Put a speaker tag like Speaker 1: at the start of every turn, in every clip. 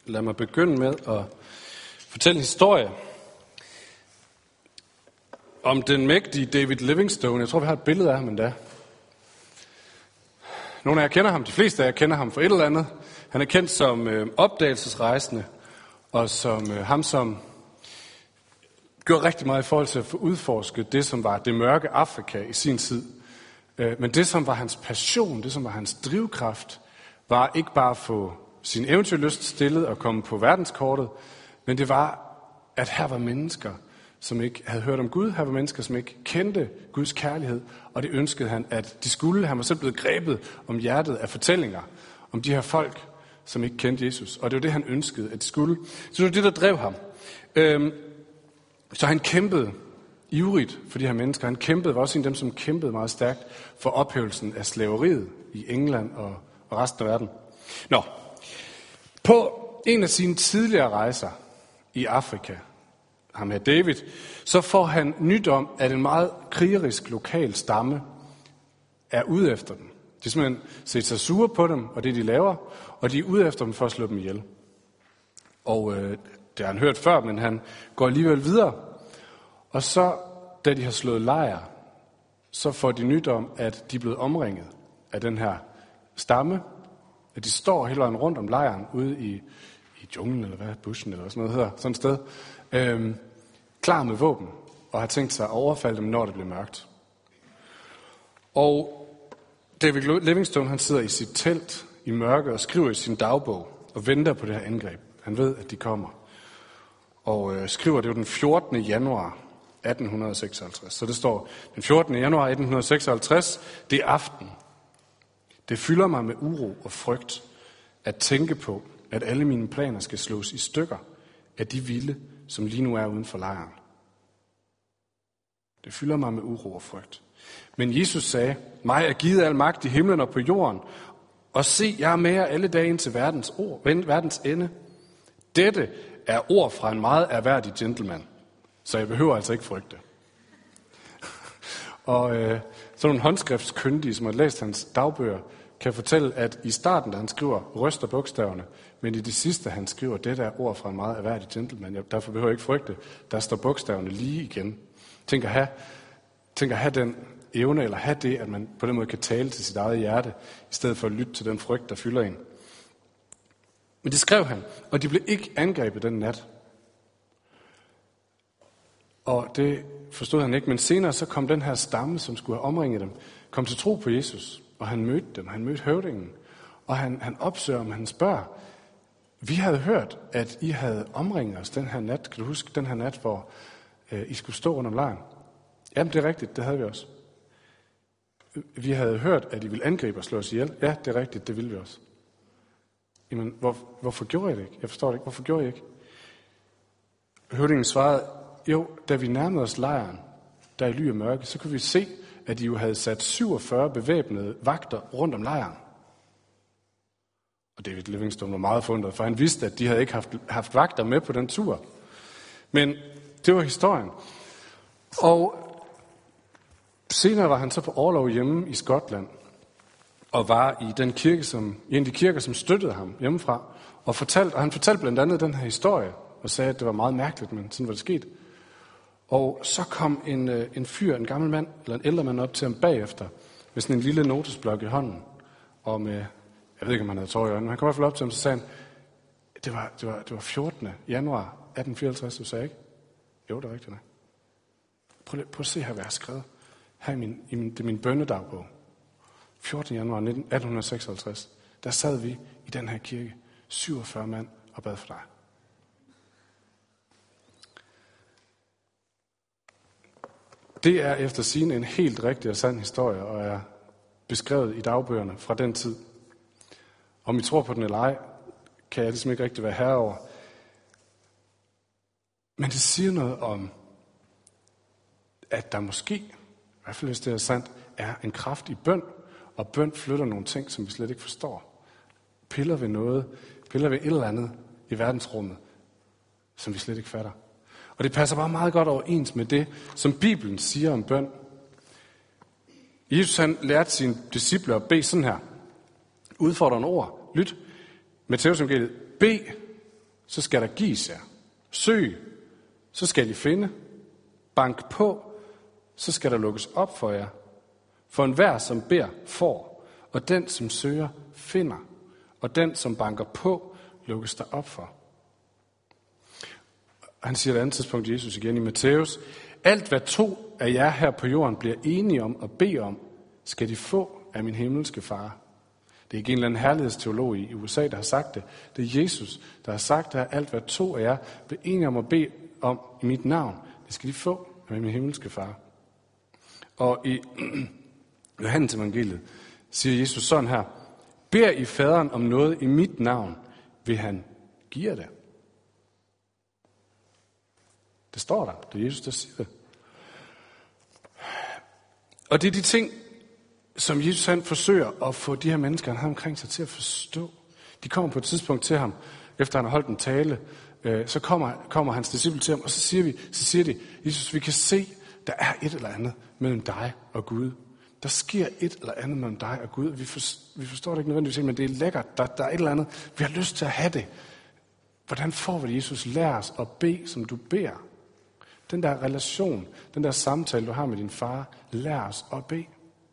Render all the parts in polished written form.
Speaker 1: Lad mig begynde med at fortælle en historie om den mægtige David Livingstone. Jeg tror, vi har et billede af ham endda. Nogle af jer kender ham, de fleste af jer kender ham for et eller andet. Han er kendt som opdagelsesrejsende, og som ham, som gjorde rigtig meget i forhold til at få udforsket det, som var det mørke Afrika i sin tid. Men det, som var hans passion, det, som var hans drivkraft, var ikke bare at få sin eventyrlyst stillet og komme på verdenskortet, men det var, at her var mennesker, som ikke havde hørt om Gud. Her var mennesker, som ikke kendte Guds kærlighed, og det ønskede han, at de skulle. Han var selv blevet grebet om hjertet af fortællinger om de her folk, som ikke kendte Jesus. Og det var det, han ønskede, at de skulle. Så det var det, der drev ham. Så han kæmpede ivrigt for de her mennesker. Han kæmpede, var også en af dem, som kæmpede meget stærkt for ophævelsen af slaveriet i England og resten af verden. På en af sine tidligere rejser i Afrika, ham her David, så får han nyt om, at en meget krigerisk lokal stamme er ude efter dem. De er simpelthen set sig sure på dem, og det de laver, og de er ude efter dem for at slå dem ihjel. Og det har han hørt før, men han går alligevel videre. Og så, da de har slået lejr, så får de nyt om, at de er blevet omringet af den her stamme. At de står hele vejen rundt om lejren ude i junglen, eller hvad, bushen, eller sådan noget hedder, sådan et sted. Klar med våben, og har tænkt sig at overfalde dem, når det bliver mørkt. Og David Livingstone, han sidder i sit telt i mørke og skriver i sin dagbog og venter på det her angreb. Han ved, at de kommer. Og skriver, det jo den 14. januar 1856. Så det står, den 14. januar 1856, det er aften. Det fylder mig med uro og frygt at tænke på, at alle mine planer skal slås i stykker af de vilde, som lige nu er uden for lejren. Det fylder mig med uro og frygt. Men Jesus sagde, mig er givet al magt i himlen og på jorden, og se, jeg er med jer alle dage ind til verdens ende. Dette er ord fra en meget ærværdig gentleman, så jeg behøver altså ikke frygte. Og så nogle håndskriftskyndige, som har læst hans dagbøger, kan fortælle, at i starten, da han skriver, ryster bogstaverne, men i det sidste, han skriver, det der ord fra en meget ærværdig gentleman, derfor behøver jeg ikke frygte, der står bogstaverne lige igen. Tænk at have den evne, eller have det, at man på den måde kan tale til sit eget hjerte, i stedet for at lytte til den frygt, der fylder en. Men det skrev han, og de blev ikke angrebet den nat. Og det forstod han ikke, men senere så kom den her stamme, som skulle have omringet dem, kom til tro på Jesus, og han mødte dem, han mødte høvdingen, og han opsøger dem, han spørger, vi havde hørt, at I havde omringet os den her nat, kan du huske den her nat, hvor I skulle stå under lejren? Jamen, det er rigtigt, det havde vi også. Vi havde hørt, at I ville angribe og slå os ihjel. Ja, det er rigtigt, det ville vi også. Jamen, hvorfor gjorde I det ikke? Jeg forstår det ikke. Hvorfor gjorde I ikke? Høvdingen svarede, jo, da vi nærmede os lejren, der i ly af mørke, så kunne vi se, at de jo havde sat 47 bevæbnede vagter rundt om lejren. Og David Livingstone var meget forundret, for han vidste, at de havde ikke haft vagter med på den tur. Men det var historien. Og senere var han så på orlov hjemme i Skotland, og var i en af de kirker, som støttede ham hjemmefra, og han fortalte blandt andet den her historie, og sagde, at det var meget mærkeligt, men sådan var det sket. Og så kom en fyr, en gammel mand, eller en ældre mand op til ham bagefter, med sådan en lille notesblok i hånden, og med, jeg ved ikke, om han havde tår i øjnene, men han kom i hvert fald op til ham, så sagde han, det var 14. januar 1854, du sagde ikke? Jo, det er rigtigt, nej. Prøv at se her, hvad jeg har skrevet. Her det er min bønnedagbog. 14. januar 1856, der sad vi i den her kirke, 47 mand, og bad for dig. Det er efter sigende en helt rigtig og sand historie, og er beskrevet i dagbøgerne fra den tid. Om I tror på den eller ej, kan jeg ligesom ikke rigtig være herre over. Men det siger noget om, at der måske, i hvert fald hvis det er sandt, er en kraft i bøn, og bøn flytter nogle ting, som vi slet ikke forstår. Piller ved et eller andet i verdensrummet, som vi slet ikke fatter. Og det passer bare meget godt overens med det, som Bibelen siger om bøn. Jesus han lærte sine disciple at bede sådan her. Udfordrende ord. Lyt. Matthæus evangeliet. Bed, så skal der gives jer. Søg, så skal I finde. Bank på, så skal der lukkes op for jer. For enhver, som beder, får, og den, som søger, finder, og den, som banker på, lukkes der op for. Han siger et andet tidspunkt, Jesus igen i Matthæus, alt hvad 2 af jer her på jorden bliver enige om og beder om, skal de få af min himmelske far. Det er ikke en eller anden herlighedsteolog i USA, der har sagt det. Det er Jesus, der har sagt, at alt hvad 2 af jer bliver enige om at bede om i mit navn, det skal de få af min himmelske far. Og i Johannes evangeliet siger Jesus sådan her, beder I faderen om noget i mit navn, vil han give jer det. Det står der. Det er Jesus, der siger det. Og det er de ting, som Jesus han forsøger at få de her mennesker, han har omkring sig til at forstå. De kommer på et tidspunkt til ham, efter han har holdt en tale, så kommer hans disciple til ham, og så siger de, Jesus, vi kan se, der er et eller andet mellem dig og Gud. Der sker et eller andet mellem dig og Gud. Vi forstår det ikke nødvendigvis, men det er lækkert. Der er et eller andet. Vi har lyst til at have det. Hvordan får vi det, Jesus? Lær os at bede, som du beder. Den der relation, den der samtale, du har med din far, lær os at bede.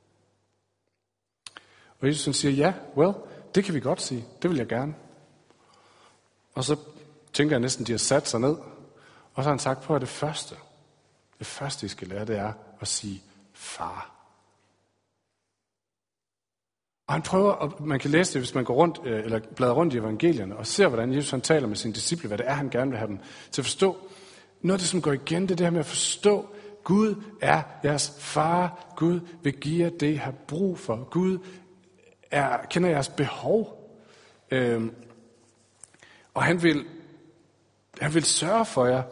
Speaker 1: Og Jesus siger, ja, det kan vi godt sige. Det vil jeg gerne. Og så tænker jeg næsten, de har sat sig ned. Og så har han sagt, prøv at det første, I skal lære, det er at sige far. Og han prøver, og man kan læse det, hvis man går rundt, eller bladrer rundt i evangelierne, og ser, hvordan Jesus han taler med sine disciple, hvad det er, han gerne vil have dem til at forstå. Noget af det, som går igen, det er det her med at forstå, Gud er jeres far. Gud vil give jer det, I har brug for. Gud kender jeres behov. Og han vil sørge for jer.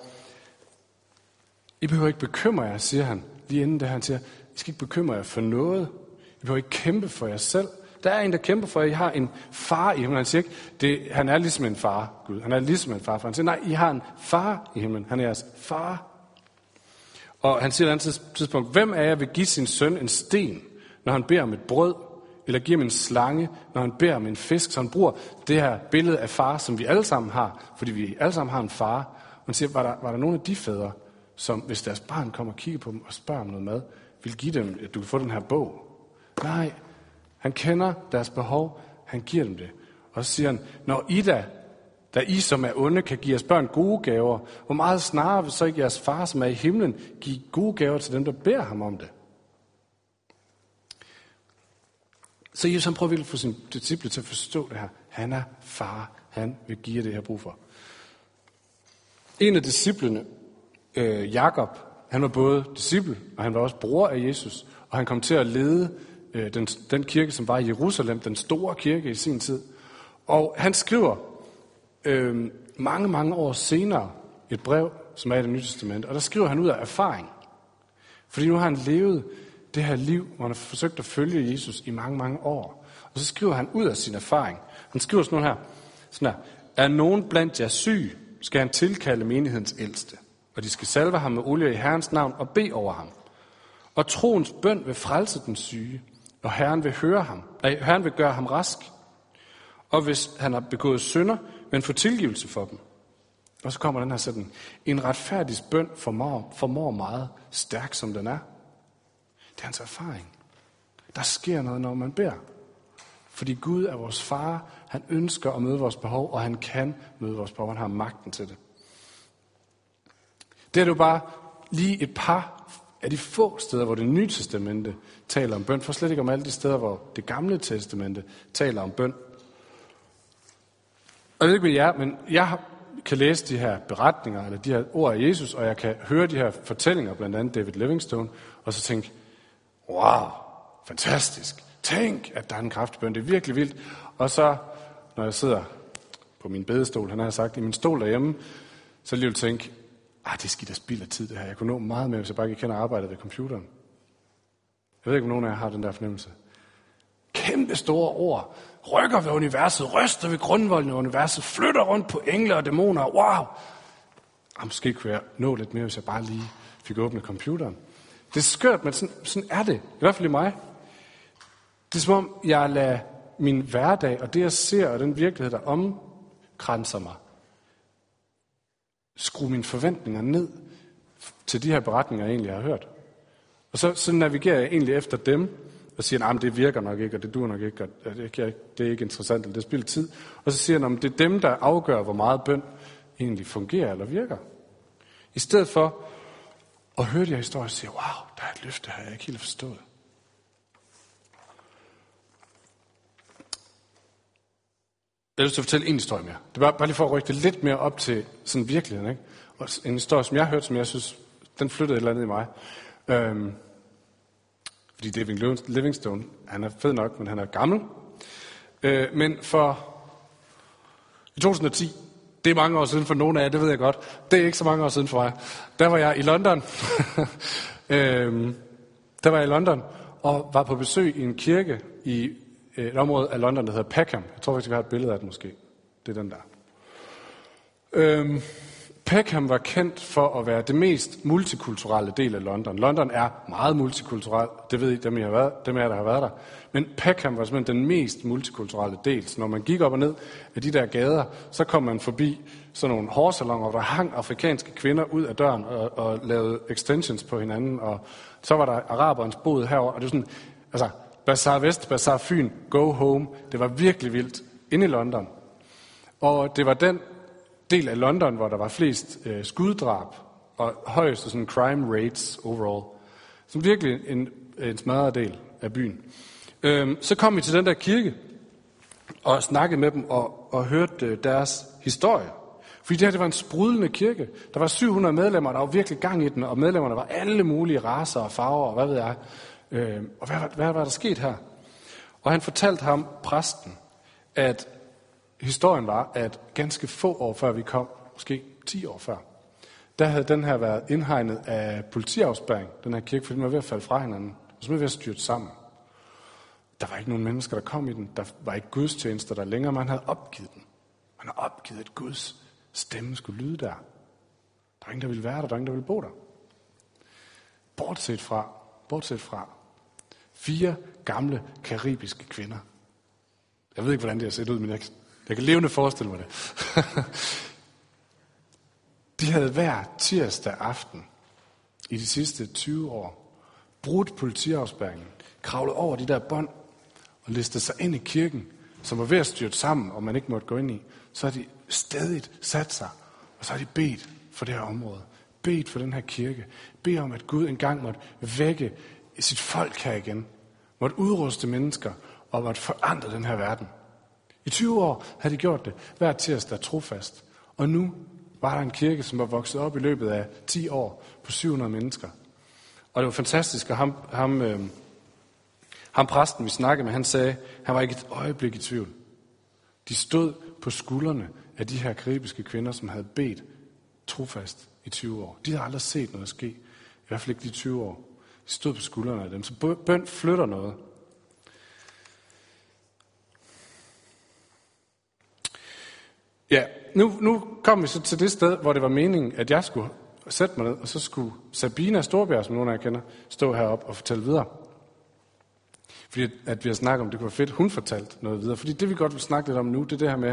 Speaker 1: I behøver ikke bekymre jer, siger han. Lige inden det han siger, I skal ikke bekymre jer for noget. I behøver ikke kæmpe for jer selv. Der er en, der kæmper for jer. I har en far i himlen. Han siger ikke, han er ligesom en far, Gud. Han er ligesom en far. For han siger, nej, I har en far i himlen. Han er jeres far. Og han siger et andet tidspunkt, hvem af jer vil give sin søn en sten, når han beder om et brød, eller giver ham en slange, når han beder om en fisk? Så han bruger det her billede af far, som vi alle sammen har, fordi vi alle sammen har en far. Og han siger, var der nogle af de fædre, som hvis deres barn kommer og kigger på dem og spørger om noget mad, vil give dem, at du kan få den her bog? Nej, han kender deres behov, han giver dem det. Og så siger han, når I da I som er onde, kan give jeres børn gode gaver, hvor meget snarere vil så ikke jeres far, som er i himlen, give gode gaver til dem, der beder ham om det? Så Jesus han prøver virkelig at få sine disciple til at forstå det her. Han er far, han vil give jer det her brug for. En af disciplene, Jakob, han var både disciple, og han var også bror af Jesus, og han kom til at lede den kirke, som var i Jerusalem, den store kirke i sin tid. Og han skriver mange, mange år senere et brev, som er i Det Nye Testamente, og der skriver han ud af erfaring. Fordi nu har han levet det her liv, hvor han har forsøgt at følge Jesus i mange, mange år. Og så skriver han ud af sin erfaring. Han skriver sådan her. Er nogen blandt jer syg, skal han tilkalde menighedens ældste, og de skal salve ham med olie i Herrens navn og bede over ham. Og troens bøn vil frelse den syge, og Herren vil gøre ham rask. Og hvis han har begået synder, vil han få tilgivelse for dem. Og så kommer den her sætning. En retfærdig bøn formår meget, stærk som den er. Det er hans erfaring. Der sker noget, når man beder. Fordi Gud er vores far. Han ønsker at møde vores behov, og han kan møde vores behov. Han har magten til det. Det er jo bare lige et par af de få steder, hvor Det Nye Testamente taler om bøn. For slet ikke om alle de steder, hvor Det Gamle Testamente taler om bøn. Og jeg ved ikke med jer, men jeg kan læse de her beretninger, eller de her ord af Jesus, og jeg kan høre de her fortællinger, blandt andet David Livingstone, og så tænke, wow, fantastisk. Tænk, at der er en kraftig bøn. Det er virkelig vildt. Og så, når jeg sidder på min bedestol, han har sagt, i min stol derhjemme, så lige vil tænke, det er skidt af spild af tid det her. Jeg kunne nå meget mere, hvis jeg bare ikke kender arbejdet ved computeren. Jeg ved ikke, om nogen af jer har den der fornemmelse. Kæmpe store ord. Rykker ved universet, ryster ved grundvolden af universet, flytter rundt på engle og dæmoner. Wow! Måske kunne jeg nå lidt mere, hvis jeg bare lige fik åbnet computeren. Det er skørt, men sådan er det. I hvert fald i mig. Det er som om, jeg lader min hverdag og det, jeg ser, og den virkelighed, der omkranser mig, skrue mine forventninger ned til de her beretninger, jeg egentlig har hørt. Og så navigerer jeg egentlig efter dem, og siger, at det virker nok ikke, og det duer nok ikke, og det er ikke interessant, eller det spilder tid. Og så siger jeg, at det er dem, der afgør, hvor meget bøn egentlig fungerer eller virker. I stedet for at høre de her historier og sige, wow, der er et løfte her, jeg ikke helt forstået. Jeg har lyst til at fortælle en historie mere. Det var bare lige for at rykke det lidt mere op til sådan virkeligheden, ikke? Og en historie, som jeg har hørt, som jeg synes, den flyttede et eller andet i mig. Fordi David Livingstone, han er fed nok, men han er gammel. Men i 2010, det er mange år siden for nogle af jer, det ved jeg godt. Det er ikke så mange år siden for mig. Der var jeg i London. Og var på besøg i en kirke i et område af London, der hedder Peckham. Jeg tror faktisk, vi har et billede af det måske. Det er den der. Peckham var kendt for at være det mest multikulturelle del af London. London er meget multikulturel, det ved I, dem der har været der. Men Peckham var simpelthen den mest multikulturelle del. Så når man gik op og ned af de der gader, så kom man forbi sådan nogle hårsalonger, hvor der hang afrikanske kvinder ud af døren og lavede extensions på hinanden. Og så var der araberens bod herover, og det var sådan, Bazar Vest, Bazar Fyn, go home. Det var virkelig vildt inde i London. Og det var den del af London, hvor der var flest skuddrab og højeste sådan crime rates overall. Så virkelig en smadret del af byen. Så kom vi til den der kirke og snakkede med dem og hørte deres historie. Fordi det var en sprudlende kirke. Der var 700 medlemmer, der var virkelig gang i den, og medlemmerne var alle mulige racer og farver, og hvad ved jeg. Og hvad var der sket her? Og han fortalte ham, præsten, at historien var, at ganske få år før vi kom, måske 10 år før, der havde den her været indhegnet af politiafspærring, den her kirke, fordi den var ved at falde fra hinanden, og så var vi ved at styrte sammen. Der var ikke nogen mennesker, der kom i den. Der var ikke gudstjenester der længere, man havde opgivet den. Man havde opgivet, at Guds stemme skulle lyde der. Der var ingen, der ville være der, der var ingen, der ville bo der. Bortset fra 4 gamle karibiske kvinder. Jeg ved ikke, hvordan det har set ud, men jeg kan levende forestille mig det. De havde hver tirsdag aften i de sidste 20 år brudt politiafspærringen, kravlet over de der bånd og listet sig ind i kirken, som var ved at styrte sammen, og man ikke måtte gå ind i. Så har de stadigt sat sig, og så har de bedt for det her område. Bedt for den her kirke. Bedt om, at Gud engang måtte vække sit folk her igen. Måtte udruste mennesker og måtte forandre den her verden. I 20 år havde de gjort det hver tirsdag trofast. Og nu var der en kirke, som var vokset op i løbet af 10 år på 700 mennesker. Og det var fantastisk, og ham præsten, vi snakkede med, han sagde, han var ikke et øjeblik i tvivl. De stod på skuldrene af de her karibiske kvinder, som havde bedt trofast i 20 år. De havde aldrig set noget ske, i hvert fald ikke de 20 år. De stod på skuldrene af dem, så bøn flytter noget. Ja, nu kom vi så til det sted, hvor det var meningen, at jeg skulle sætte mig ned, og så skulle Sabina Storbjerg, som nogle af jer kender, stå heroppe og fortælle videre. Fordi at vi har snakket om, det kunne være fedt, hun fortalte noget videre. Fordi det vi godt vil snakke lidt om nu, det er det her med,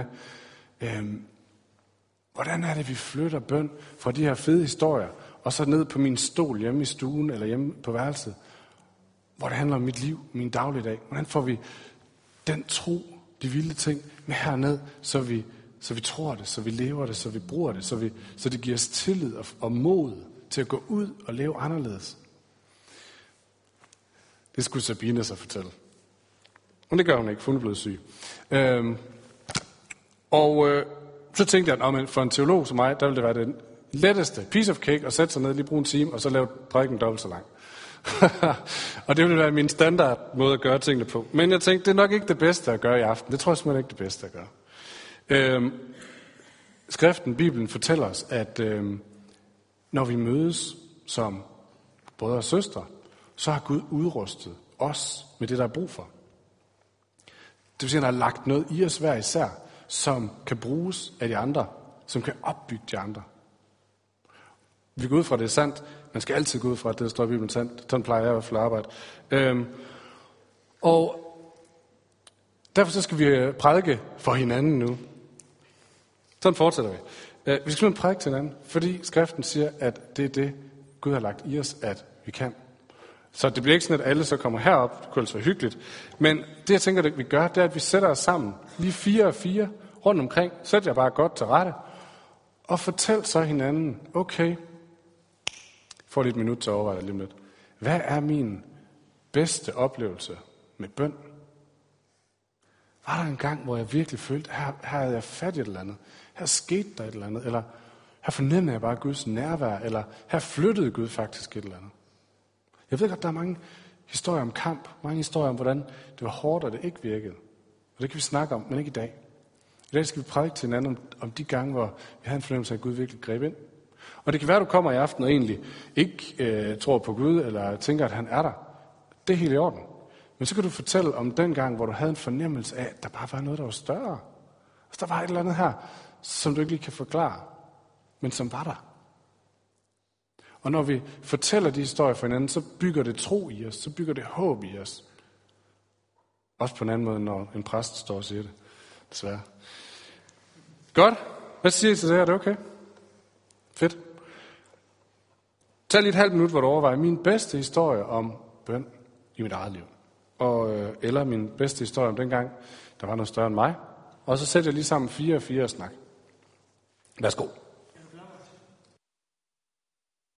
Speaker 1: hvordan er det, vi flytter bøn fra de her fede historier, og så ned på min stol hjemme i stuen, eller hjemme på værelset, hvor det handler om mit liv, min dagligdag. Hvordan får vi den tro, de vilde ting, med herned, så vi tror det, så vi lever det, så vi bruger det, så det giver os tillid og mod til at gå ud og leve anderledes. Det skulle Sabine så fortælle. Men det gør hun ikke, for hun er blevet syg. Så tænkte jeg, at for en teolog som mig, der ville det være den letteste piece of cake at sætte sig ned, lige bruge en time, og så lave prædiken dobbelt så lang. Og det ville være min standard måde at gøre tingene på. Men jeg tænkte, det er nok ikke det bedste at gøre i aften. Det tror jeg simpelthen ikke det bedste at gøre. Skriften, Bibelen, fortæller os, at når vi mødes som brødre og søstre, så har Gud udrustet os med det, der er brug for. Det vil sige, at han har lagt noget i os hver især, som kan bruges af de andre, som kan opbygge de andre. Vi går ud fra, det er sandt. Man skal altid gå ud fra, at det, der står i Bibelen, sandt. Sådan plejer jeg i hvert fald at arbejde. Og derfor så skal vi prædike for hinanden nu. Sådan fortsætter vi. Vi skal simpelthen prædike til hinanden, fordi skriften siger, at det er det, Gud har lagt i os, at vi kan. Så det bliver ikke sådan, at alle så kommer herop. Det kunne altså være hyggeligt. Men det, jeg tænker, at vi gør, det er, at vi sætter os sammen. Lige 4 og 4 rundt omkring. Sæt jer bare godt til rette. Og fortæl så hinanden, okay, får lige et minut til at overveje lige lidt. Hvad er min bedste oplevelse med bøn? Var der en gang, hvor jeg virkelig følte, her havde jeg fat i et eller andet? Her skete der et eller andet? Eller her fornemmede jeg bare Guds nærvær? Eller her flyttede Gud faktisk et eller andet? Jeg ved godt, der er mange historier om kamp. Mange historier om, hvordan det var hårdt, og det ikke virkede. Og det kan vi snakke om, men ikke i dag. I dag skal vi prædike til hinanden om de gange, hvor vi havde en fornemmelse af, at Gud virkelig greb ind. Og det kan være, at du kommer i aften og egentlig ikke tror på Gud, eller tænker, at han er der. Det er helt i orden. Men så kan du fortælle om den gang, hvor du havde en fornemmelse af, at der bare var noget, der var større. Altså, der var et eller andet her, som du ikke lige kan forklare, men som var der. Og når vi fortæller de historier for hinanden, så bygger det tro i os, så bygger det håb i os. Også på en anden måde, når en præst står og siger det. Desværre. Godt. Hvad siger I til det her? Er det okay? Fedt. Tag lige et halvt minut, hvor du overvejer min bedste historie om bøn i mit eget liv. Eller min bedste historie om dengang, der var noget større end mig. Og så sætter jeg lige sammen 4 og 4 og snak. Værsgo.